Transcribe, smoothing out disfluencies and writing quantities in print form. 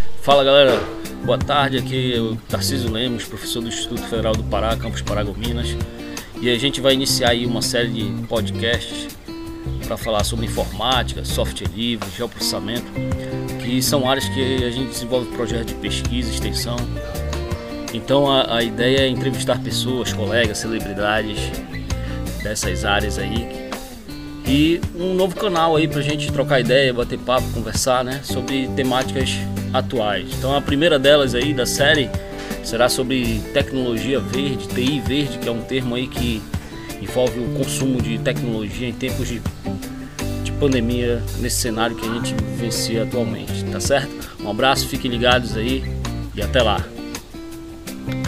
Fala galera, boa tarde, aqui é o Tarcísio Lemos, professor do Instituto Federal do Pará, campus Paragominas. E a gente vai iniciar aí uma série de podcasts para falar sobre informática, software livre, geoprocessamento, que são áreas que a gente desenvolve projetos de pesquisa e extensão. Então a ideia é entrevistar pessoas, colegas, celebridades dessas áreas aí. E um novo canal aí pra gente trocar ideia, bater papo, conversar, né, sobre temáticas atuais. Então a primeira delas aí da série será sobre tecnologia verde, TI verde, que é um termo aí que envolve o consumo de tecnologia em tempos de pandemia, nesse cenário que a gente vivencia atualmente, tá certo? Um abraço, fiquem ligados aí e até lá!